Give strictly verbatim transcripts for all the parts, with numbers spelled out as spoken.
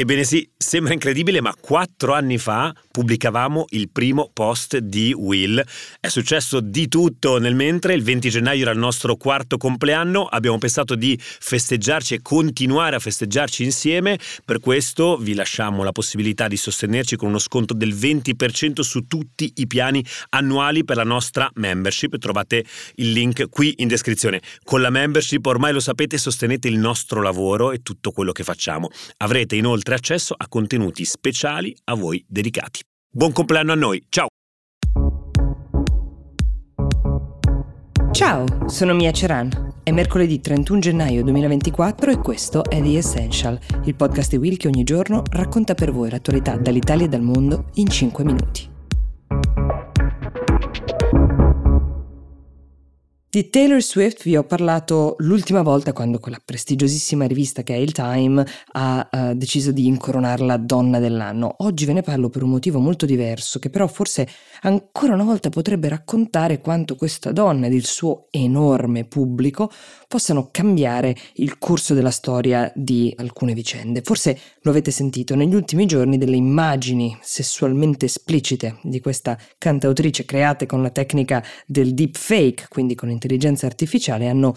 Ebbene sì, sembra incredibile, ma quattro anni fa pubblicavamo il primo post di Will. È successo di tutto nel mentre, il venti gennaio era il nostro quarto compleanno, abbiamo pensato di festeggiarci e continuare a festeggiarci insieme, per questo vi lasciamo la possibilità di sostenerci con uno sconto del venti per cento su tutti i piani annuali per la nostra membership, trovate il link qui in descrizione. Con la membership, ormai lo sapete, sostenete il nostro lavoro e tutto quello che facciamo. Avrete inoltre accesso a contenuti speciali a voi dedicati. Buon compleanno a noi, ciao! Ciao, sono Mia Ceran. È mercoledì trentuno gennaio duemilaventiquattro e questo è The Essential, il podcast di Will che ogni giorno racconta per voi l'attualità dall'Italia e dal mondo in cinque minuti. Di Taylor Swift vi ho parlato l'ultima volta quando quella prestigiosissima rivista che è il Time ha uh, deciso di incoronarla donna dell'anno. Oggi ve ne parlo per un motivo molto diverso che però forse ancora una volta potrebbe raccontare quanto questa donna ed il suo enorme pubblico possano cambiare il corso della storia di alcune vicende. Forse lo avete sentito negli ultimi giorni, delle immagini sessualmente esplicite di questa cantautrice create con la tecnica del deepfake, quindi con intelligenza artificiale, hanno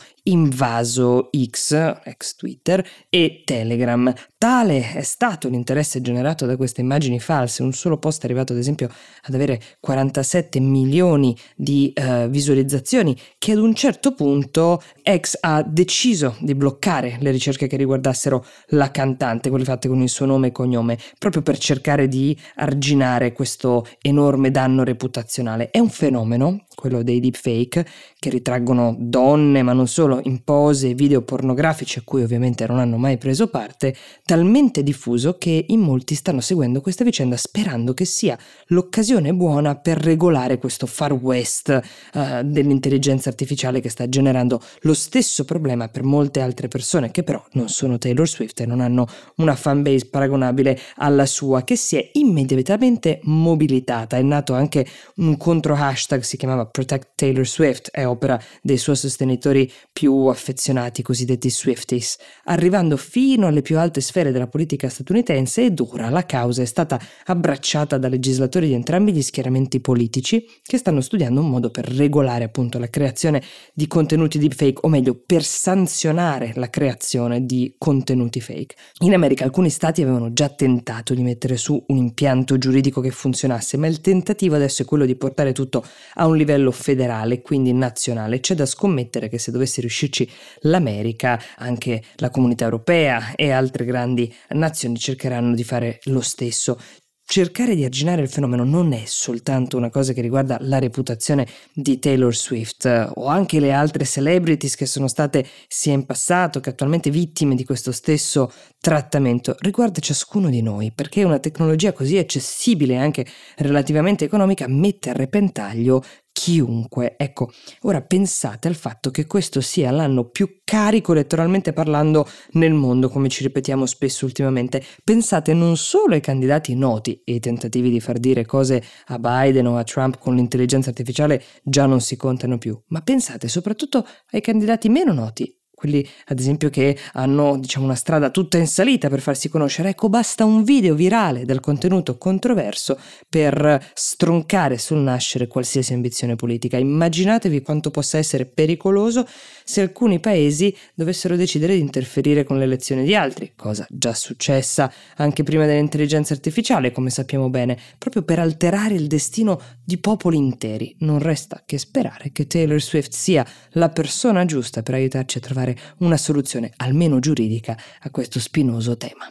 invaso X, ex Twitter, e Telegram. Tale è stato l'interesse generato da queste immagini false. Un solo post è arrivato ad esempio ad avere quarantasette milioni di uh, visualizzazioni, che ad un certo punto X ha deciso di bloccare le ricerche che riguardassero la cantante, quelle fatte con il suo nome e cognome, proprio per cercare di arginare questo enorme danno reputazionale. È un fenomeno, quello dei deepfake, che ritraggono donne, ma non solo, in pose e video pornografici a cui ovviamente non hanno mai preso parte, talmente diffuso che in molti stanno seguendo questa vicenda sperando che sia l'occasione buona per regolare questo far west uh, dell'intelligenza artificiale che sta generando lo stesso problema per molte altre persone che però non sono Taylor Swift e non hanno una fanbase paragonabile alla sua, che si è immediatamente mobilitata. È nato anche un contro hashtag, si chiamava Protect Taylor Swift, è opera dei suoi sostenitori più affezionati, cosiddetti Swifties, arrivando fino alle più alte sfere della politica statunitense, ed ora la causa è stata abbracciata da legislatori di entrambi gli schieramenti politici che stanno studiando un modo per regolare appunto la creazione di contenuti deepfake, o meglio per sanzionare la creazione di contenuti fake. In America alcuni stati avevano già tentato di mettere su un impianto giuridico che funzionasse, ma il tentativo adesso è quello di portare tutto a un livello federale, quindi nazionale. C'è da scommettere che se dovesse riuscirci l'America, anche la Comunità Europea e altre grandi nazioni cercheranno di fare lo stesso. Cercare di arginare il fenomeno non è soltanto una cosa che riguarda la reputazione di Taylor Swift o anche le altre celebrities che sono state sia in passato che attualmente vittime di questo stesso trattamento. Riguarda ciascuno di noi, perché una tecnologia così accessibile e anche relativamente economica mette a repentaglio chiunque. Ecco, ora pensate al fatto che questo sia l'anno più carico elettoralmente parlando nel mondo, come ci ripetiamo spesso ultimamente. Pensate non solo ai candidati noti, e i tentativi di far dire cose a Biden o a Trump con l'intelligenza artificiale già non si contano più, ma pensate soprattutto ai candidati meno noti, quelli ad esempio che hanno, diciamo, una strada tutta in salita per farsi conoscere. Ecco, basta un video virale dal contenuto controverso per stroncare sul nascere qualsiasi ambizione politica. Immaginatevi quanto possa essere pericoloso se alcuni paesi dovessero decidere di interferire con le elezioni di altri, cosa già successa anche prima dell'intelligenza artificiale, come sappiamo bene, proprio per alterare il destino di popoli interi. Non resta che sperare che Taylor Swift sia la persona giusta per aiutarci a trovare una soluzione almeno giuridica a questo spinoso tema.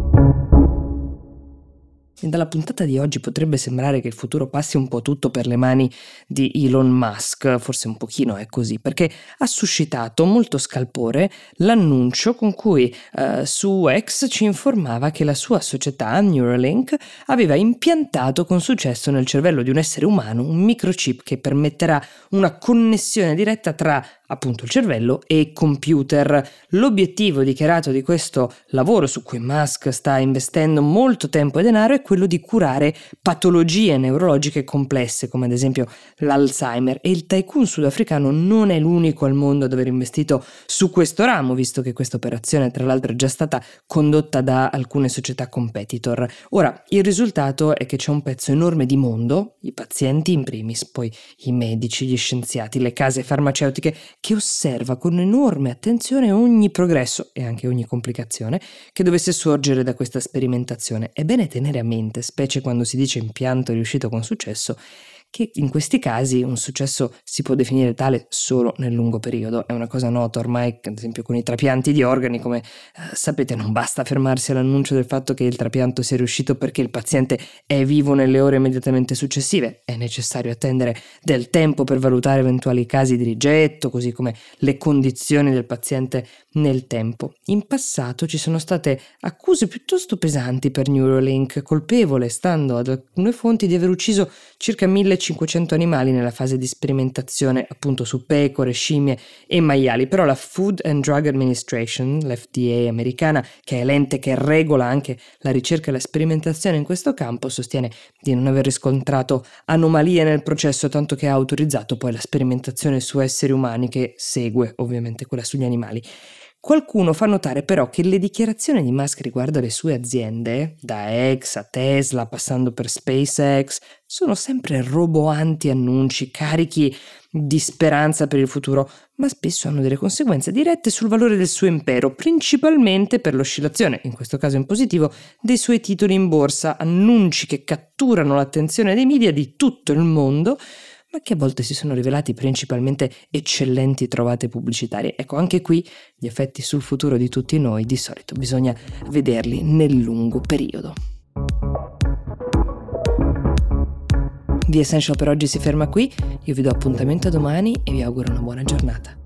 E dalla puntata di oggi potrebbe sembrare che il futuro passi un po' tutto per le mani di Elon Musk, forse un pochino è così, perché ha suscitato molto scalpore l'annuncio con cui eh, su X ci informava che la sua società Neuralink aveva impiantato con successo nel cervello di un essere umano un microchip che permetterà una connessione diretta tra appunto il cervello e computer. L'obiettivo dichiarato di questo lavoro, su cui Musk sta investendo molto tempo e denaro, è quello di curare patologie neurologiche complesse come ad esempio l'Alzheimer, e il tycoon sudafricano non è l'unico al mondo ad aver investito su questo ramo, visto che questa operazione tra l'altro è già stata condotta da alcune società competitor. Ora, il risultato è che c'è un pezzo enorme di mondo, i pazienti in primis, poi i medici, gli scienziati, le case farmaceutiche, che osserva con enorme attenzione ogni progresso e anche ogni complicazione che dovesse sorgere da questa sperimentazione. È bene tenere a mente, specie quando si dice impianto riuscito con successo, che in questi casi un successo si può definire tale solo nel lungo periodo. È una cosa nota ormai, ad esempio con i trapianti di organi, come eh, sapete, non basta fermarsi all'annuncio del fatto che il trapianto sia riuscito perché il paziente è vivo nelle ore immediatamente successive. È necessario attendere del tempo per valutare eventuali casi di rigetto, così come le condizioni del paziente nel tempo. In passato ci sono state accuse piuttosto pesanti per Neuralink, colpevole, stando ad alcune fonti, di aver ucciso circa millecinquecento animali nella fase di sperimentazione appunto su pecore, scimmie e maiali. Però la Food and Drug Administration, l'F D A americana, che è l'ente che regola anche la ricerca e la sperimentazione in questo campo, sostiene di non aver riscontrato anomalie nel processo, tanto che ha autorizzato poi la sperimentazione su esseri umani, che segue ovviamente quella sugli animali. Qualcuno fa notare però che le dichiarazioni di Musk riguardo alle sue aziende, da X a Tesla passando per SpaceX, sono sempre roboanti annunci carichi di speranza per il futuro, ma spesso hanno delle conseguenze dirette sul valore del suo impero, principalmente per l'oscillazione, in questo caso in positivo, dei suoi titoli in borsa, annunci che catturano l'attenzione dei media di tutto il mondo, ma che a volte si sono rivelati principalmente eccellenti trovate pubblicitarie. Ecco, anche qui gli effetti sul futuro di tutti noi di solito bisogna vederli nel lungo periodo. The Essential per oggi si ferma qui, io vi do appuntamento a domani e vi auguro una buona giornata.